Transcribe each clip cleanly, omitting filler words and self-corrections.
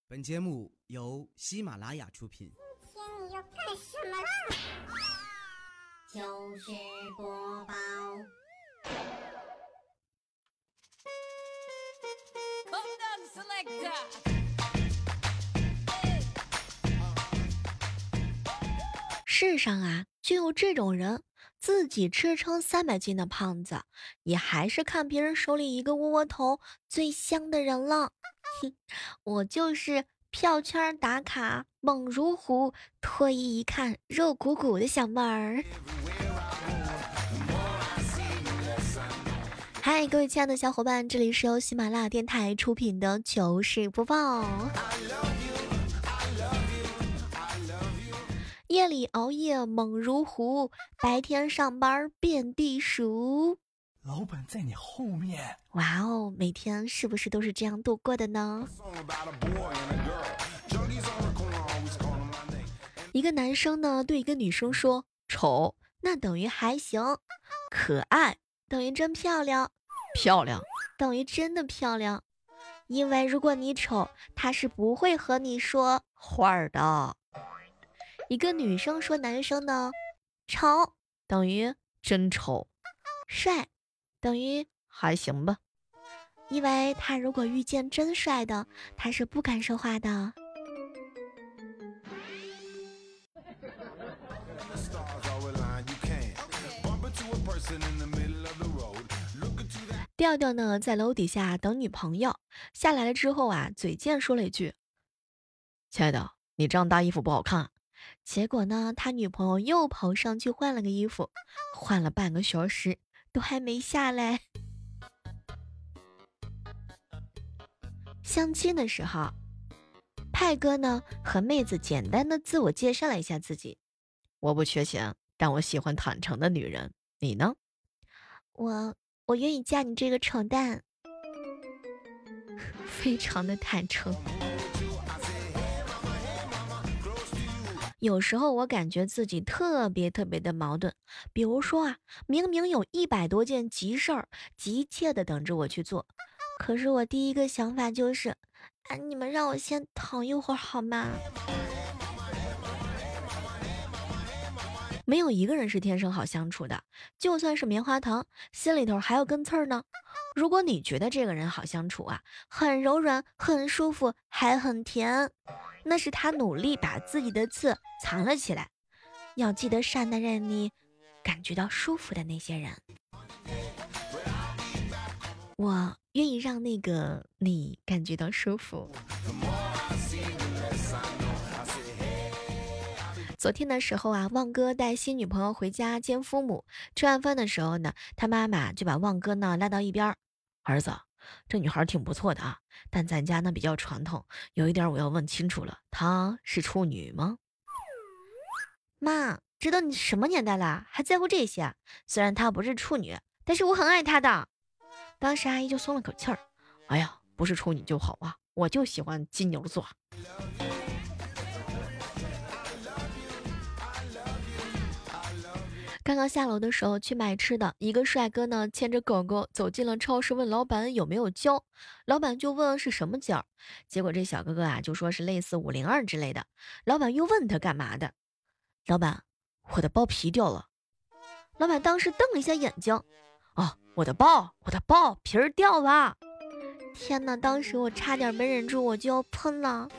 本节目由喜马拉雅出品。 今天你要干什么啦？ 糗事播报。 世上啊，就有这种人，自己吃撑300斤的胖子，也还是看别人手里一个窝窝头最香的人了。哼，我就是票圈打卡猛如虎，脱衣一看肉鼓鼓的小妹儿。嗨，各位亲爱的小伙伴，这里是由喜马拉雅电台出品的糗事播报。夜里熬夜猛如虎，白天上班遍地鼠。 老板在你后面。 哇哦，每天是不是都是这样度过的呢？一个男生呢对一个女生说，丑那等于还行，可爱等于真漂亮，漂亮等于真的漂亮。因为如果你丑，他是不会和你说话的。一个女生说男生呢，丑等于真丑，帅等于还行吧。因为他如果遇见真帅的，他是不敢说话的。调调呢在楼底下等女朋友，下来了之后啊，嘴贱说了一句，亲爱的，你这样搭衣服不好看。结果呢，他女朋友又跑上去换了个衣服，换了半个小时都还没下来。相亲的时候，派哥呢和妹子简单的自我介绍了一下自己，我不缺钱，但我喜欢坦诚的女人，你呢？我愿意嫁你这个丑蛋。非常的坦诚。有时候我感觉自己特别的矛盾，比如说啊，明明有100多件急事儿，急切的等着我去做，可是我第一个想法就是，你们让我先躺一会儿好吗？没有一个人是天生好相处的，就算是棉花糖，心里头还有根刺儿呢。如果你觉得这个人好相处啊，很柔软，很舒服，还很甜，那是他努力把自己的刺藏了起来。要记得善待让你感觉到舒服的那些人。我愿意让那个你感觉到舒服。昨天的时候啊，旺哥带新女朋友回家见父母，吃完饭的时候呢，他妈妈就把旺哥呢拉到一边，儿子，这女孩挺不错的啊，但咱家呢比较传统，有一点我要问清楚了，她是处女吗？妈，知道你什么年代了，还在乎这些？虽然她不是处女，但是我很爱她的。当时阿姨就松了口气儿，哎呀，不是处女就好啊，我就喜欢金牛座。刚刚下楼的时候去买吃的，一个帅哥呢牵着狗狗走进了超市，问老板有没有胶，老板就问是什么胶，结果这小哥哥啊就说是类似502之类的，老板又问他干嘛的，老板，我的包皮掉了。老板当时瞪了一下眼睛，哦，我的包皮儿掉了。天哪，当时我差点没忍住，我就要喷了。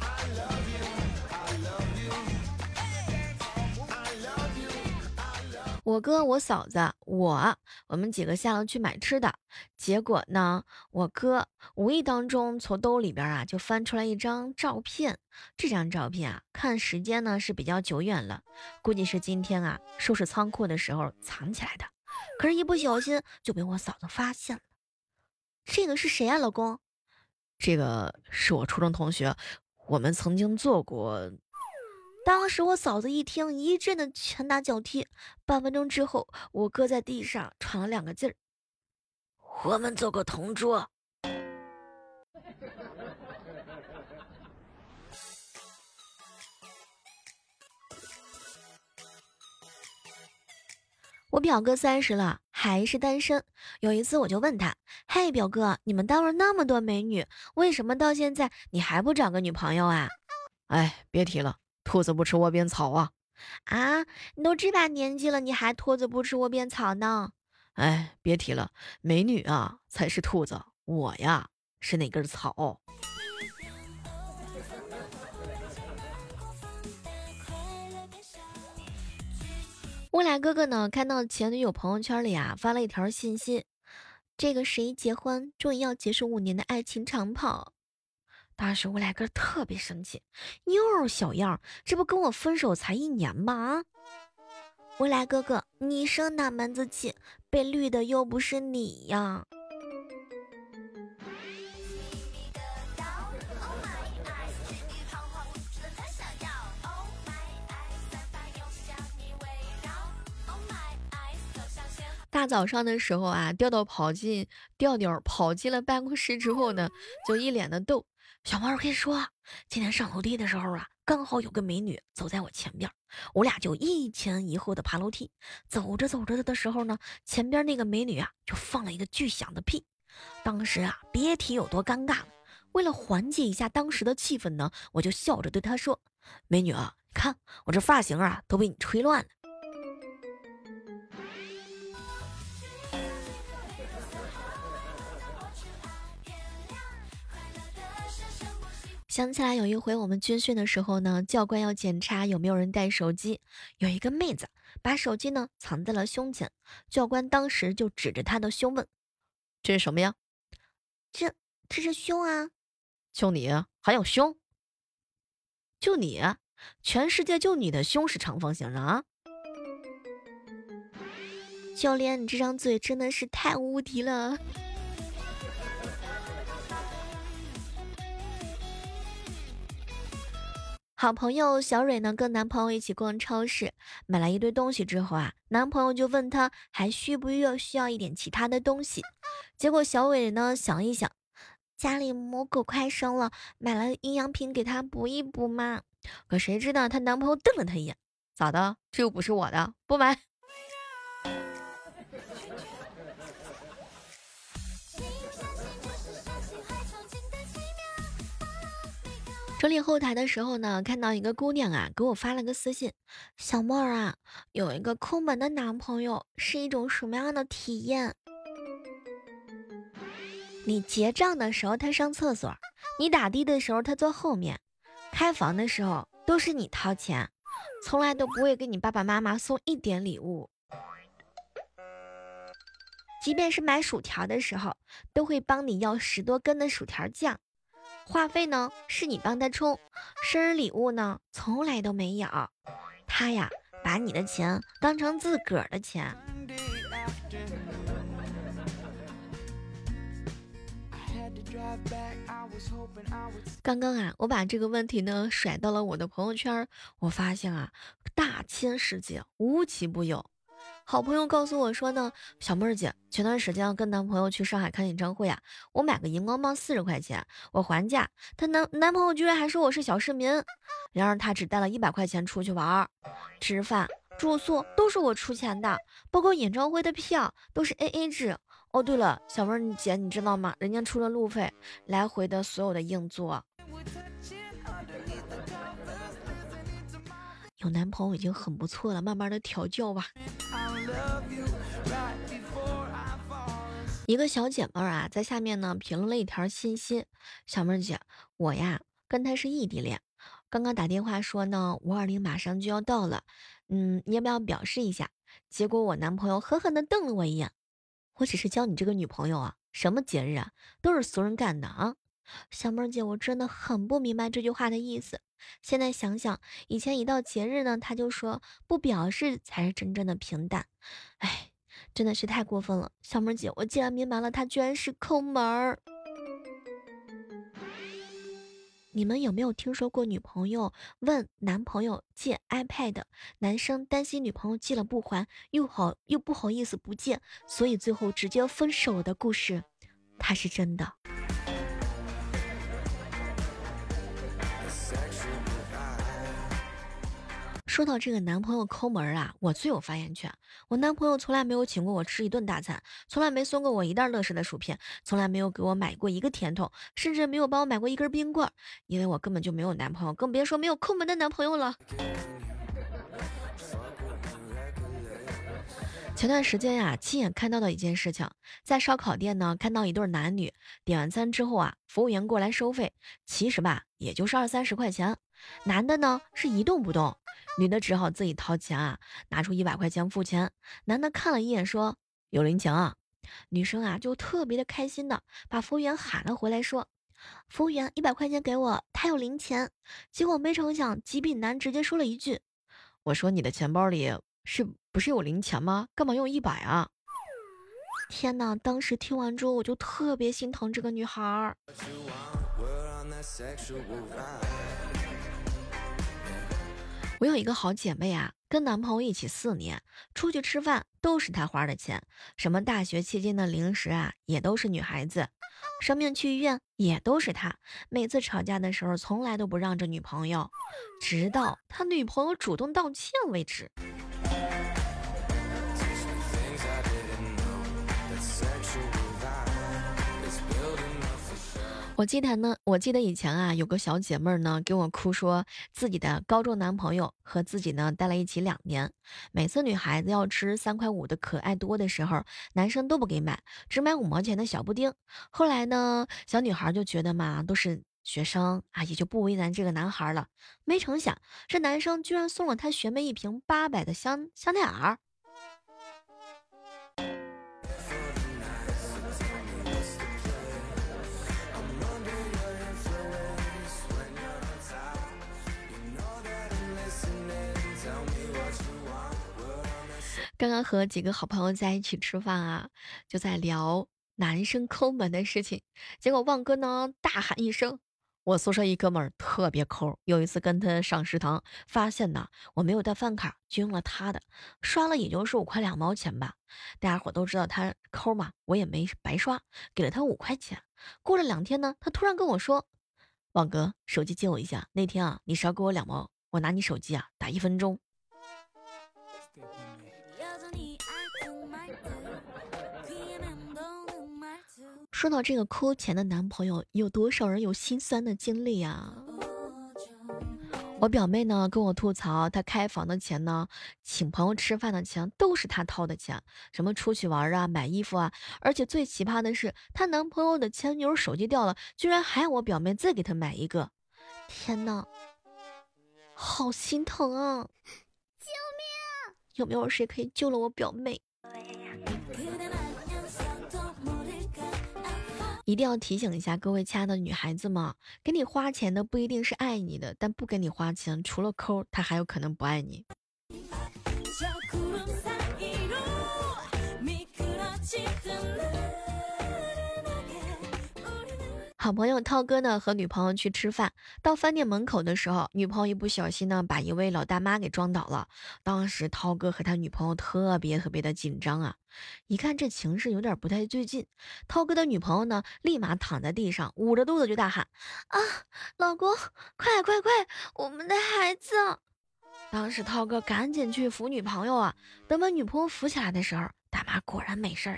我哥我嫂子我们几个下楼去买吃的，结果呢，我哥无意当中从兜里边啊就翻出来一张照片，这张照片啊看时间呢是比较久远了，估计是今天啊收拾仓库的时候藏起来的，可是一不小心就被我嫂子发现了。这个是谁啊，老公？这个是我初中同学，我们曾经做过。当时我嫂子一听，一阵的拳打脚踢。半分钟之后，我哥在地上喘了2个字儿：我们做过同桌。我表哥30了， 还是单身。有一次我就问他，嘿表哥，你们单位那么多美女，为什么到现在你还不找个女朋友啊？ 哎，别提了，兔子不吃窝边草啊。 啊，你都这把年纪了，你还兔子不吃窝边草呢？ 哎，别提了，美女啊才是兔子，我呀是那根草。 未来哥哥呢，看到前女友朋友圈里啊发了一条信息，这个11结婚，终于要结束5年的爱情长跑。当时未来哥特别生气，哟小样，这不跟我分手才1年吗？未来哥哥，你生哪门子气？被绿的又不是你呀！大早上的时候啊，调调跑进了办公室之后呢，就一脸的逗。小猫，我跟你说，今天上楼梯的时候啊，刚好有个美女走在我前边，我俩就一前一后的爬楼梯。走着走着的时候呢，前边那个美女啊，就放了一个巨响的屁。当时啊，别提有多尴尬了。为了缓解一下当时的气氛呢，我就笑着对她说：“美女啊，看我这发型啊，都被你吹乱了。”想起来有一回我们军训的时候呢，教官要检查有没有人带手机，有一个妹子把手机呢藏在了胸前，教官当时就指着她的胸问：“ 这是什么呀？”“ 这是胸啊。”“ 就你还有胸？ 就你，全世界就你的胸是长方形的啊！”“教练，你这张嘴真的是太无敌了。”好朋友小蕊呢，跟男朋友一起逛超市，买了一堆东西之后啊，男朋友就问她还需要一点其他的东西。结果小蕊呢想一想，家里母狗快生了，买了营养品给她补一补嘛。可谁知道她男朋友瞪了她一眼， 咋的？这又不是我的，不买。 整理后台的时候呢，看到一个姑娘啊，给我发了个私信：“小妹儿啊，有一个抠门的男朋友是一种什么样的体验？你结账的时候他上厕所，你打的的时候他坐后面，开房的时候都是你掏钱，从来都不会给你爸爸妈妈送一点礼物，即便是买薯条的时候，都会帮你要10多根的薯条酱。话费呢是你帮他充，生日礼物呢从来都没有。他呀把你的钱当成自个儿的钱。”刚刚啊，我把这个问题呢甩到了我的朋友圈，我发现啊，大千世界无奇不有。好朋友告诉我说呢，小妹儿姐，前段时间跟男朋友去上海看演唱会啊，我买个荧光棒40块钱，我还价，她男朋友居然还说我是小市民，然而他只带了100块钱出去玩，吃饭住宿都是我出钱的，包括演唱会的票都是 AA 制。哦，对了，小妹儿姐，你知道吗？人家出了路费，来回的所有的硬座。有男朋友已经很不错了，慢慢的调教吧。一个小姐妹儿啊，在下面呢评论了一条信息：小妹儿姐，我呀跟他是异地恋，刚刚打电话说呢520马上就要到了，你要不要表示一下？结果我男朋友狠狠的瞪了我一眼，我只是交你这个女朋友啊，什么节日啊，都是俗人干的啊！小妹儿姐，我真的很不明白这句话的意思。现在想想，以前一到节日呢，他就说不表示才是真正的平淡。哎，真的是太过分了。小妹儿姐，我既然明白了，他居然是抠门儿。你们有没有听说过女朋友问男朋友借 iPad， 男生担心女朋友借了不还，又不好意思不借，所以最后直接分手的故事？它是真的。 说到这个男朋友抠门啊，我最有发言权。我男朋友从来没有请过我吃一顿大餐，从来没送过我一袋乐事的薯片，从来没有给我买过一个甜筒，甚至没有帮我买过一根冰棍，因为我根本就没有男朋友，更别说没有抠门的男朋友了。前段时间呀，亲眼看到的一件事情，在烧烤店呢，看到一对男女点完餐之后啊，服务员过来收费，其实吧，也就是20-30块钱。男的呢是一动不动，女的只好自己掏钱啊，拿出100块钱付钱。男的看了一眼说：“有零钱啊。”女生啊就特别的开心的把服务员喊了回来说：“服务员，100块钱给我，他有零钱。”结果没成想，极品男直接说了一句：“我说你的钱包里不是有零钱吗？干嘛用100啊？”天哪！当时听完之后，我就特别心疼这个女孩儿。我有一个好姐妹啊，跟男朋友一起4年，出去吃饭都是她花的钱，什么大学期间的零食啊，也都是女孩子，生病去医院也都是她，每次吵架的时候从来都不让着女朋友，直到他女朋友主动道歉为止。我记得以前啊，有个小姐妹儿呢跟我哭说，自己的高中男朋友和自己呢待了一起2年，每次女孩子要吃3块5的可爱多的时候，男生都不给买，只买5毛钱的小布丁。后来呢，小女孩就觉得嘛，都是学生啊，也就不为难这个男孩了。没成想，这男生居然送了她学妹一瓶800的香奈儿。刚刚和几个好朋友在一起吃饭啊，就在聊男生抠门的事情。结果旺哥呢大喊一声：“我宿舍一哥们儿特别抠，有一次跟他上食堂，发现呢我没有带饭卡，就用了他的，刷了也就是5块2毛钱吧。大家伙都知道他抠嘛，我也没白刷，给了他5块钱。过了2天呢，他突然跟我说：旺哥，手机借我一下，那天啊你少给我2毛，我拿你手机啊打1分钟。”说到这个抠钱的男朋友，有多少人有心酸的经历啊？我表妹呢跟我吐槽，她开房的钱呢，请朋友吃饭的钱都是她掏的钱，什么出去玩啊、买衣服啊，而且最奇葩的是，她男朋友的前女友手机掉了，居然还要我表妹再给她买一个。天哪，好心疼啊！救命！有没有谁可以救了我表妹？一定要提醒一下各位亲爱的女孩子们，给你花钱的不一定是爱你的，但不给你花钱，除了抠，他还有可能不爱你。好朋友涛哥呢和女朋友去吃饭，到饭店门口的时候，女朋友一不小心呢把一位老大妈给撞倒了。当时涛哥和他女朋友特别的紧张啊，一看这情势有点不太对劲，涛哥的女朋友呢立马躺在地上，捂着肚子就大喊：“啊，老公，快，我们的孩子！”当时涛哥赶紧去扶女朋友啊，等把女朋友扶起来的时候，大妈果然没事儿。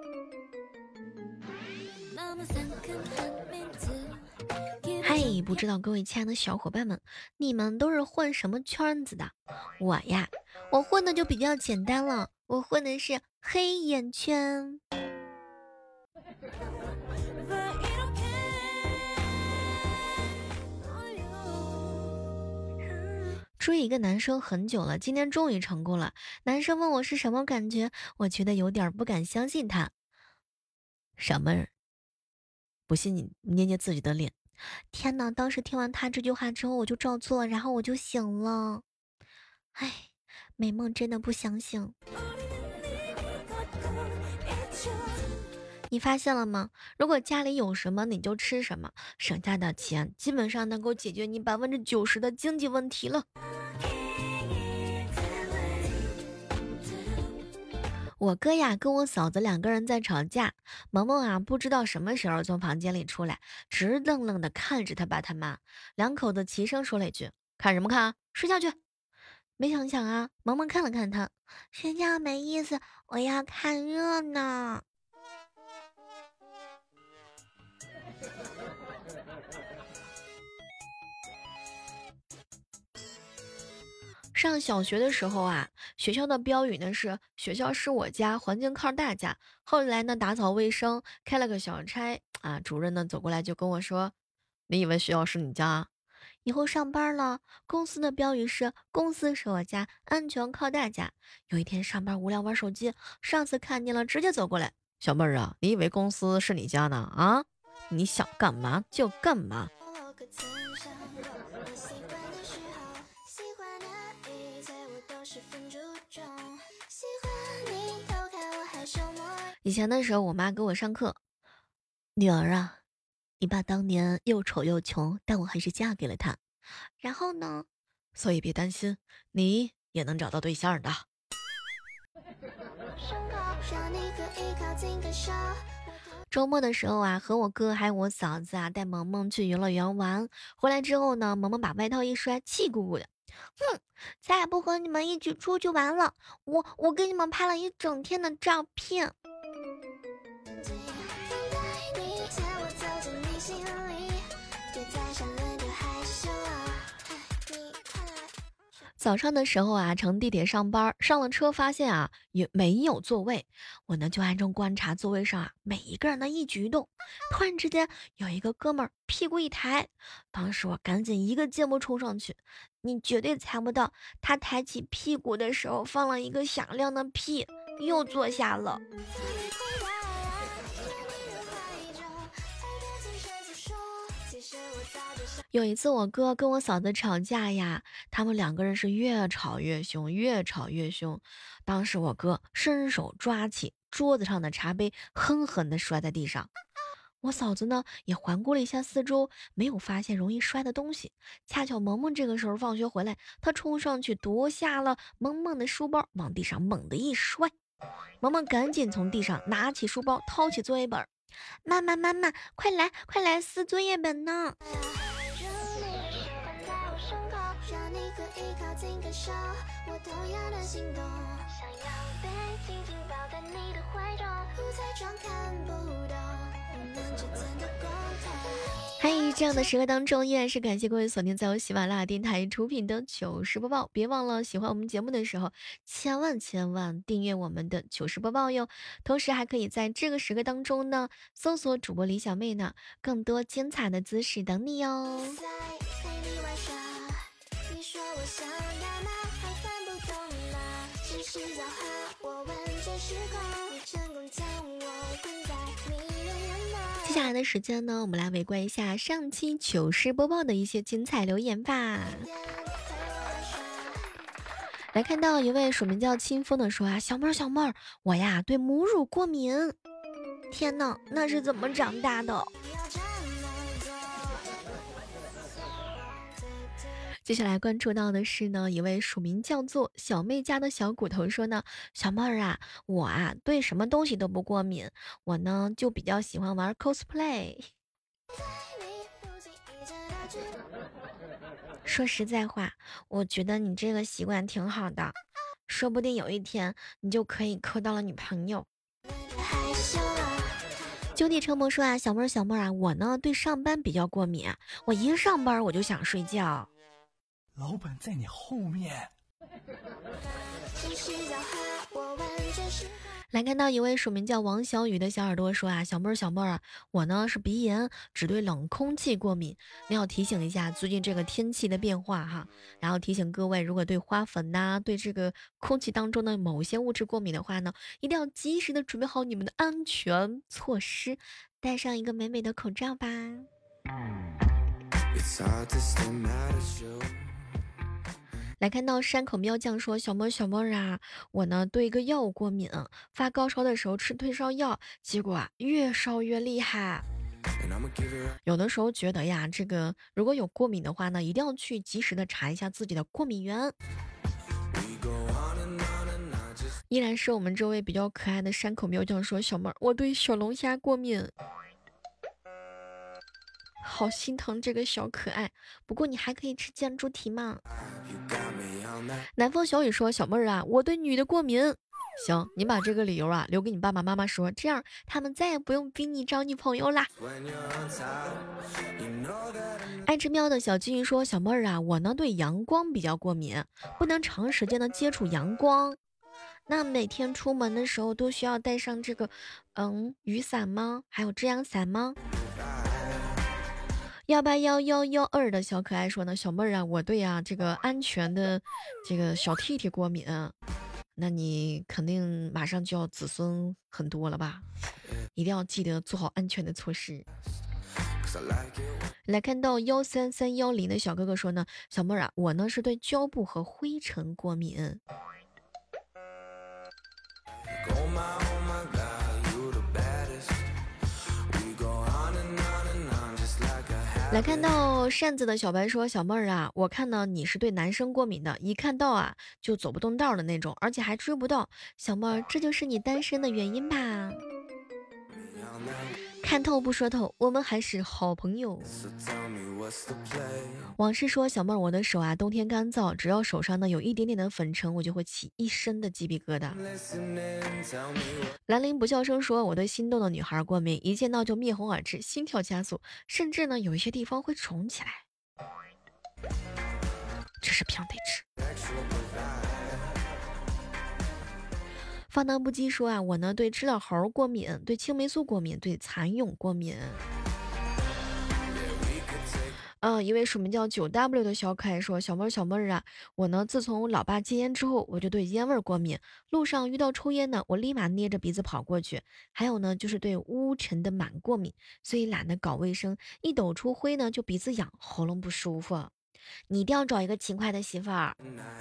嗨，不知道各位亲爱的小伙伴们，你们都是混什么圈子的？我呀，我混的就比较简单了，我混的是黑眼圈。追一个男生很久了，今天终于成功了。男生问我是什么感觉，我觉得有点不敢相信他。什么？不信你捏捏自己的脸。天哪！当时听完他这句话之后，我就照做了，然后我就醒了。唉，美梦真的不想醒。你发现了吗？如果家里有什么你就吃什么，省下的钱基本上能够解决你90%的经济问题了。我哥呀跟我嫂子2个人在吵架，萌萌啊不知道什么时候从房间里出来，直愣愣地看着他爸他妈，2口子齐声说了一句：“看什么看啊，睡觉去。” 没想想啊，萌萌看了看他，睡觉没意思，我要看热闹。上小学的时候啊，学校的标语呢是学校是我家，环境靠大家。后来呢，打扫卫生开了个小差啊，主任呢走过来就跟我说：“你以为学校是你家？以后上班了，公司的标语是公司是我家，安全靠大家。”有一天上班无聊玩手机，上司看见了，直接走过来：“小妹儿啊，你以为公司是你家呢？啊，你想干嘛就干嘛。”以前的时候，我妈给我上课，女儿啊，你爸当年又丑又穷，但我还是嫁给了他。然后呢，所以别担心，你也能找到对象的。周末的时候啊，和我哥还有我嫂子啊，带萌萌去游乐园玩。回来之后呢，萌萌把外套一摔，气鼓鼓的，哼，再也不和你们一起出去玩了。我给你们拍了一整天的照片。早上的时候啊，乘地铁上班，上了车发现啊也没有座位，我呢就暗中观察座位上啊每一个人的一举一动。突然之间，有一个哥们儿屁股一抬，当时我赶紧一个箭步冲上去，你绝对猜不到，他抬起屁股的时候放了一个响亮的屁，又坐下了。有一次我哥跟我嫂子吵架呀，他们两个人是越吵越凶，越吵越凶。当时我哥伸手抓起桌子上的茶杯，狠狠地摔在地上。我嫂子呢也环顾了一下四周，没有发现容易摔的东西。恰巧萌萌这个时候放学回来，她冲上去夺下了萌萌的书包，往地上猛地一摔。萌萌赶紧从地上拿起书包，掏起作业本。妈妈，快来撕作业本呢！嗨，这样的时刻当中，依然是感谢各位锁定在由喜马拉雅电台出品的糗事播报。别忘了喜欢我们节目的时候，千万订阅我们的糗事播报哟。同时还可以在这个时刻当中呢，搜索主播李小妹呢，更多精彩的姿势等你哟。接下来的时间呢，我们来围观一下上期糗事播报的一些精彩留言吧。来看到一位署名叫清风的说啊，小妹儿，我呀对母乳过敏。天哪，那是怎么长大的？接下来关注到的是呢，一位署名叫做小妹家的小骨头说呢，小妹儿啊，我啊对什么东西都不过敏，我呢就比较喜欢玩 cosplay。说实在话，我觉得你这个习惯挺好的，说不定有一天你就可以抠到了女朋友。就地车模说啊，小妹儿啊，我呢对上班比较过敏，我一上班我就想睡觉。 老板在你后面。 来看到一位署名叫王小雨的小耳朵说啊，小妹儿啊，我呢是鼻炎，只对冷空气过敏。你要提醒一下最近这个天气的变化哈，然后提醒各位，如果对花粉呐、对这个空气当中的某些物质过敏的话呢，一定要及时的准备好你们的安全措施，戴上一个美美的口罩吧。来看到山口喵酱说，小妹儿啊，我呢对一个药物过敏，发高烧的时候吃退烧药，结果啊越烧越厉害。有的时候觉得呀，这个如果有过敏的话呢，一定要去及时的查一下自己的过敏源。依然是我们这位比较可爱的山口喵酱说，小妹儿，我对小龙虾过敏。好心疼这个小可爱，不过你还可以吃酱猪蹄嘛。 南风小雨说：“小妹儿啊，我对女的过敏。”行，你把这个理由啊留给你爸爸妈妈说，这样他们再也不用逼你找女朋友啦。爱吃喵的小金鱼说：“小妹儿啊，我呢对阳光比较过敏，不能长时间的接触阳光。那每天出门的时候都需要带上这个雨伞吗？还有遮阳伞吗？”1811112的小可爱说呢：“小妹儿啊，我对啊这个安全的这个小 T T 过敏。”那你肯定马上就要子孙很多了吧？一定要记得做好安全的措施。来看到13310的小哥哥说呢：“小妹儿啊，我呢是对胶布和灰尘过敏。”来看到扇子的小白说：“小妹儿啊，我看呢你是对男生过敏的，一看到啊就走不动道的那种，而且还追不到。小妹儿，这就是你单身的原因吧？”看透不说透，我们还是好朋友。往事说：“小妹儿，我的手啊冬天干燥，只要手上呢有一点点的粉尘，我就会起一身的鸡皮疙瘩。”兰陵不笑声说：“我对心动的女孩过敏，一见到就面红耳赤，心跳加速，甚至呢有一些地方会肿起来。”这是平得吃。放荡不羁说啊，我呢对知了猴过敏，对青霉素过敏，对蚕蛹过敏。一位署名叫9W 的小可爱说：“小妹儿啊，我呢自从老爸戒烟之后，我就对烟味过敏，路上遇到抽烟呢，我立马捏着鼻子跑过去。还有呢就是对污尘的螨过敏，所以懒得搞卫生，一抖出灰呢就鼻子痒，喉咙不舒服。你一定要找一个勤快的媳妇儿。”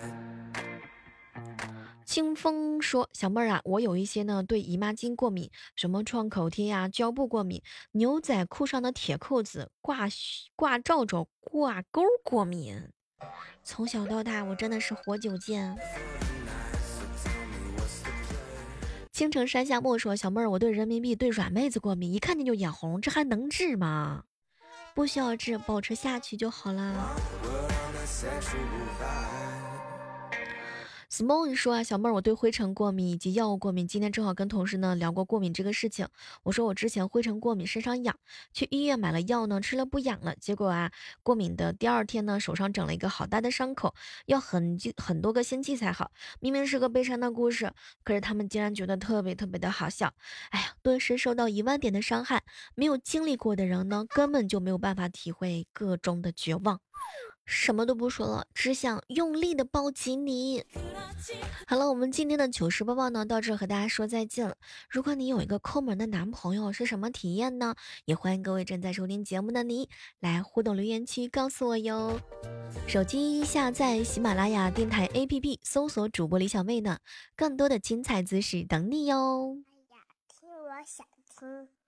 清风说：“小妹儿啊，我有一些呢对姨妈巾过敏，什么创口贴呀、胶布过敏，牛仔裤上的铁扣子、挂罩罩、挂钩过敏。从小到大，我真的是活久见。”青城山下墨说：“小妹儿，我对人民币、对软妹子过敏，一看见就眼红，这还能治吗？不需要治，保持下去就好啦。” Small 说啊，小妹儿，我对灰尘过敏以及药物过敏。今天正好跟同事呢聊过过敏这个事情。我说我之前灰尘过敏，身上痒，去医院买了药呢，吃了不痒了。结果啊，过敏的第2天呢，手上整了一个好大的伤口，要很多个星期才好。明明是个悲伤的故事，可是他们竟然觉得特别的好笑。哎呀，顿时受到10000点的伤害。没有经历过的人呢，根本就没有办法体会个中的绝望。什么都不说了，只想用力的抱起你。好了，我们今天的糗事播报呢，到这和大家说再见了。如果你有一个抠门的男朋友，是什么体验呢？也欢迎各位正在收听节目的你来互动留言区告诉我哟。手机下载喜马拉雅电台 APP， 搜索主播李小妹呢，更多的精彩姿势等你哟。 哎呀，听我想听。